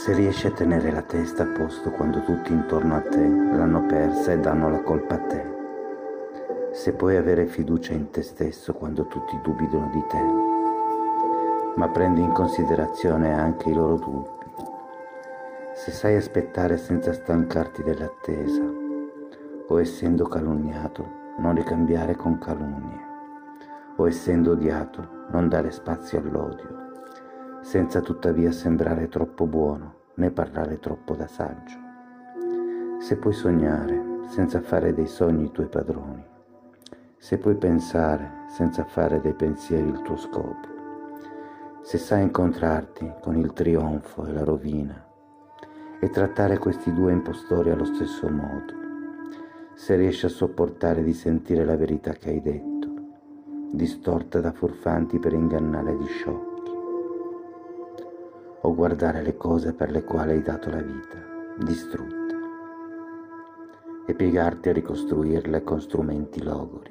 Se riesci a tenere la testa a posto quando tutti intorno a te l'hanno persa e danno la colpa a te, se puoi avere fiducia in te stesso quando tutti dubitano di te, ma prendi in considerazione anche i loro dubbi, se sai aspettare senza stancarti dell'attesa, o essendo calunniato non ricambiare con calunnie, o essendo odiato non dare spazio all'odio, senza tuttavia sembrare troppo buono né parlare troppo da saggio. Se puoi sognare senza fare dei sogni i tuoi padroni, se puoi pensare senza fare dei pensieri il tuo scopo, se sai incontrarti con il trionfo e la rovina e trattare questi due impostori allo stesso modo, se riesci a sopportare di sentire la verità che hai detto, distorta da furfanti per ingannare gli sciocchi, o guardare le cose per le quali hai dato la vita, distrutte, e piegarti a ricostruirle con strumenti logori.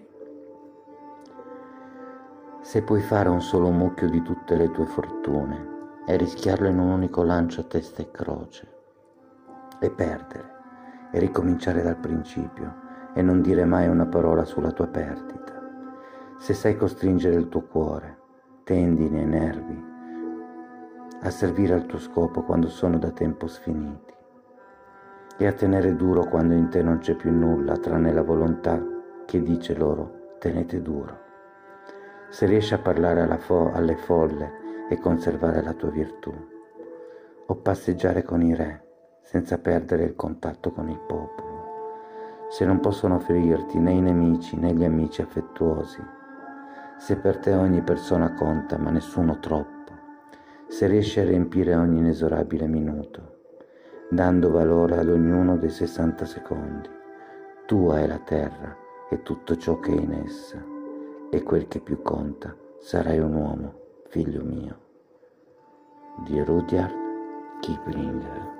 Se puoi fare un solo mucchio di tutte le tue fortune e rischiarlo in un unico lancio a testa e croce, e perdere, e ricominciare dal principio, e non dire mai una parola sulla tua perdita, se sai costringere il tuo cuore, tendini e nervi, a servire al tuo scopo quando sono da tempo sfiniti, e a tenere duro quando in te non c'è più nulla tranne la volontà che dice loro tenete duro, se riesci a parlare alle folle e conservare la tua virtù, o passeggiare con i re senza perdere il contatto con il popolo, se non possono ferirti né i nemici né gli amici affettuosi, se per te ogni persona conta ma nessuno troppo, se riesci a riempire ogni inesorabile minuto, dando valore ad ognuno dei 60 secondi, tua è la terra e tutto ciò che è in essa, e quel che più conta, sarai un uomo, figlio mio. Di Rudyard Kipling.